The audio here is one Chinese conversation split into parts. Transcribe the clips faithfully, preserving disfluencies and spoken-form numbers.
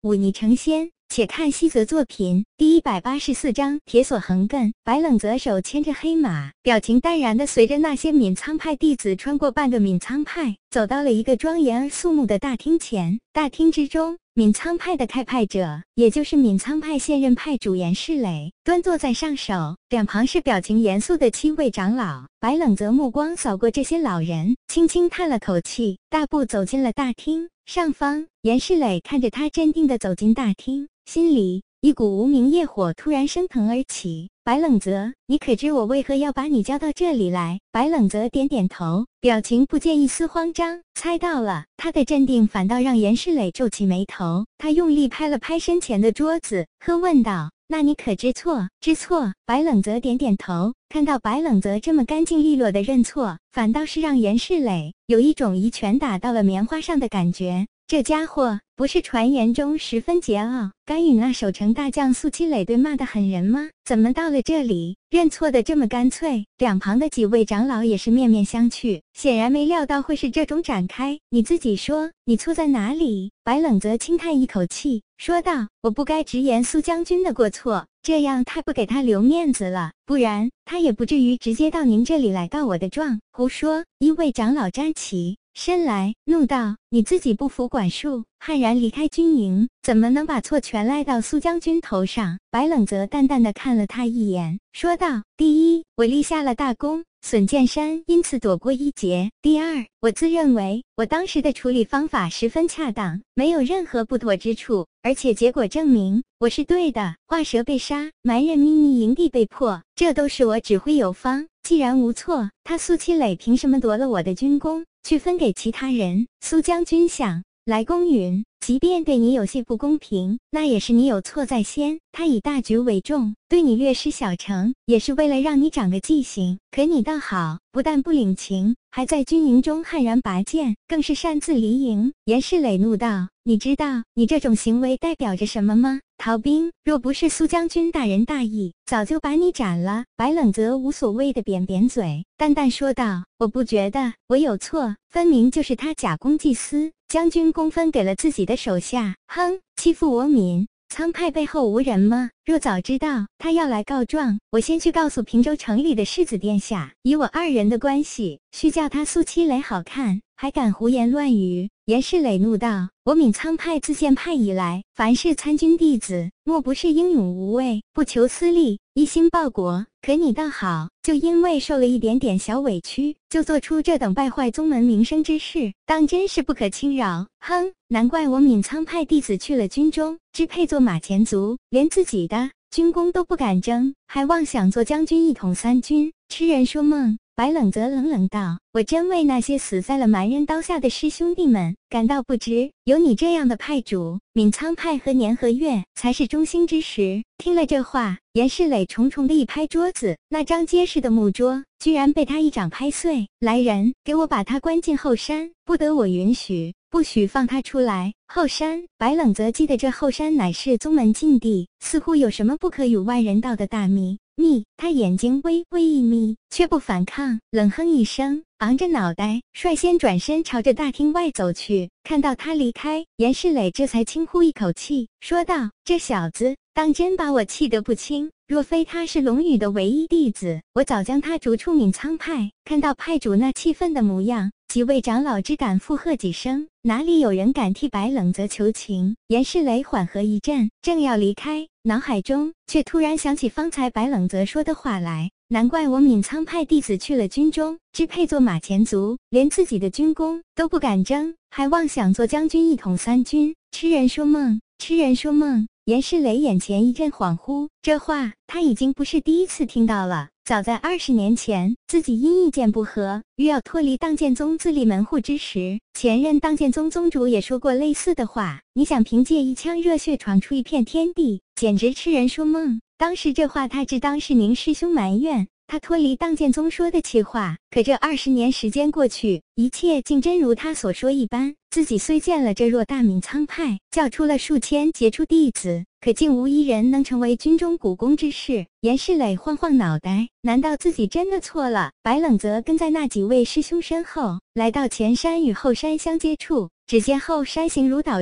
忤逆成仙。且看西泽作品第一百八十四章铁索横亘。白冷泽手牵着黑马，表情淡然地随着那些闵苍派弟子穿过半个闵苍派，走到了一个庄严而肃穆的大厅前。大厅之中，闵苍派的开派者，也就是闵苍派现任派主严世磊，端坐在上首，两旁是表情严肃的七位长老。白冷泽目光扫过这些老人，轻轻叹了口气，大步走进了大厅。上方，严世磊看着他镇定地走进大厅，心里一股无名业火突然升腾而起。白冷泽，你可知我为何要把你叫到这里来？白冷泽点点头，表情不见一丝慌张。猜到了，他的镇定反倒让严世磊皱起眉头。他用力拍了拍身前的桌子，呵问道：那你可知错？知错？白冷泽点点头。看到白冷泽这么干净利落的认错，反倒是让严世磊有一种一拳打到了棉花上的感觉。这家伙不是传言中十分桀骜，敢与那守城大将苏七磊对骂的狠人吗？怎么到了这里认错的这么干脆？两旁的几位长老也是面面相觑，显然没料到会是这种展开。你自己说，你错在哪里？白冷泽轻叹一口气，说道：我不该直言苏将军的过错，这样太不给他留面子了，不然他也不至于直接到您这里来告我的状。胡说！一位长老站起身来，怒道：你自己不服管束，悍然离开军营，怎么能把错全赖到苏将军头上？白冷泽淡淡的看了他一眼，说道：第一，我立下了大功，损剑山因此躲过一劫；第二，我自认为我当时的处理方法十分恰当，没有任何不妥之处，而且结果证明我是对的。画蛇被杀，蛮人秘密营地被破，这都是我指挥有方。既然无错，他苏七磊凭什么夺了我的军功，去分给其他人？苏将军想来公允，即便对你有些不公平，那也是你有错在先。他以大局为重，对你略施小惩，也是为了让你长个记性。可你倒好，不但不领情，还在军营中悍然拔剑，更是擅自离营。严世磊怒道：你知道你这种行为代表着什么吗？逃兵，若不是苏将军大人大义，早就把你斩了。白冷泽无所谓的扁扁嘴，淡淡说道：我不觉得我有错，分明就是他假公济私，将军功分给了自己的手下。哼，欺负我闵苍派背后无人吗？若早知道他要来告状，我先去告诉平州城里的世子殿下，以我二人的关系，须叫他苏七磊好看，还敢胡言乱语。严世磊怒道：我闵苍派自建派以来，凡是参军弟子，莫不是英勇无畏，不求私利，一心报国。可你倒好，就因为受了一点点小委屈，就做出这等败坏宗门名声之事，当真是不可轻饶。哼，难怪我闵苍派弟子去了军中，只配做马前卒，连自己的军功都不敢争，还妄想做将军一统三军，痴人说梦。白冷泽冷冷道：我真为那些死在了蛮人刀下的师兄弟们感到不值，有你这样的派主，闵苍派和年和月才是中兴之时。听了这话，严世磊重重的一拍桌子，那张结实的木桌居然被他一掌拍碎。来人，给我把他关进后山，不得我允许，不许放他出来。后山，白冷泽记得这后山乃是宗门禁地，似乎有什么不可与外人道的大秘密。他眼睛微微一眯，却不反抗，冷哼一声，昂着脑袋，率先转身朝着大厅外走去。看到他离开，严世磊这才轻呼一口气，说道：这小子当真把我气得不轻，若非他是龙宇的唯一弟子，我早将他逐出闵苍派。看到派主那气愤的模样，几位长老只敢附和几声，哪里有人敢替白冷泽求情。严世磊缓和一阵，正要离开，脑海中却突然想起方才白冷泽说的话来。难怪我闵苍派弟子去了军中，只配做马前卒，连自己的军功都不敢争，还妄想做将军一统三军，痴人说梦，痴人说梦。严世磊眼前一阵恍惚，这话他已经不是第一次听到了。早在二十年前，自己因意见不合，欲要脱离当剑宗自立门户之时，前任当剑宗宗主也说过类似的话。你想凭借一腔热血闯出一片天地，简直痴人说梦。当时这话他只当是宁师兄埋怨他脱离当剑宗说的气话，可这二十年时间过去，一切竟真如他所说一般。自己虽建了这偌大闵苍派，教出了数千杰出弟子，可竟无一人能成为军中股肱之士。严世磊晃晃脑袋，难道自己真的错了？白冷泽跟在那几位师兄身后，来到前山与后山相接处，只见后山形如倒锥，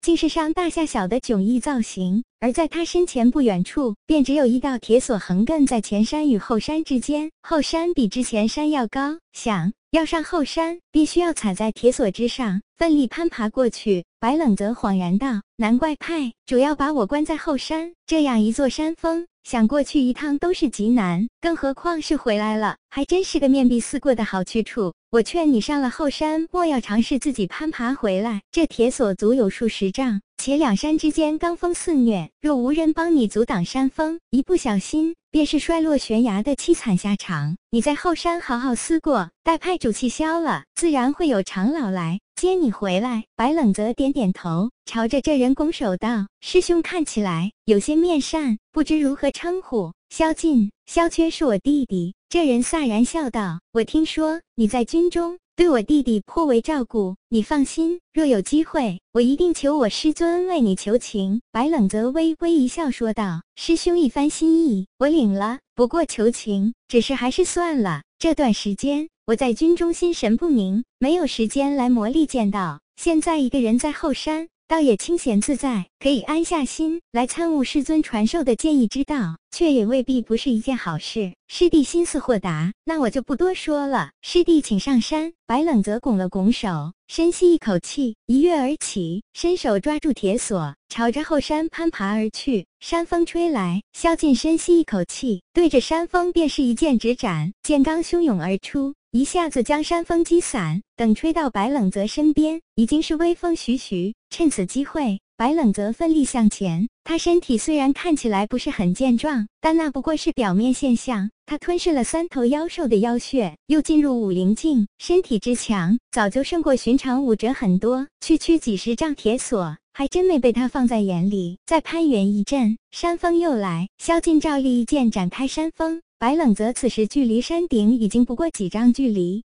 竟是上大下小的迥异造型，而在他身前不远处，便只有一道铁索横亘在前山与后山之间，后山比之前山要高，想要上后山，必须要踩在铁索之上，奋力攀爬过去。白冷则恍然道：难怪派主要把我关在后山，这样一座山峰，想过去一趟都是极难，更何况是回来了，还真是个面壁思过的好去处。我劝你上了后山，莫要尝试自己攀爬回来，这铁索足有数十丈，且两山之间罡风肆虐，若无人帮你阻挡山峰，一不小心便是摔落悬崖的凄惨下场。你在后山好好思过，待派主气消了，自然会有长老来接你回来。白冷则点点头，朝着这人拱手道：师兄看起来有些面善，不知如何称呼？萧劲，萧缺是我弟弟。这人飒然笑道：我听说你在军中对我弟弟颇为照顾，你放心，若有机会，我一定求我师尊为你求情。白冷则微微一笑说道：师兄一番心意，我领了，不过求情，只是还是算了。这段时间我在军中心神不宁，没有时间来磨砺剑道，现在一个人在后山，倒也清闲自在，可以安下心来参悟师尊传授的剑意之道，却也未必不是一件好事。师弟心思豁达，那我就不多说了，师弟请上山。白冷则拱了拱手，深吸一口气，一跃而起，伸手抓住铁索，朝着后山攀爬而去。山风吹来，萧劲深吸一口气，对着山峰便是一剑直斩，剑罡汹涌而出，一下子将山峰击散。等吹到白冷则身边，已经是微风徐徐。趁此机会，白冷则奋力向前。他身体虽然看起来不是很健壮，但那不过是表面现象。他吞噬了三头妖兽的妖血，又进入武灵境，身体之强，早就胜过寻常武者很多。区区几十丈铁索，还真没被他放在眼里。再攀援一阵，山峰又来，萧劲照例一剑斩开山峰。白冷则此时距离山顶已经不过几丈距离，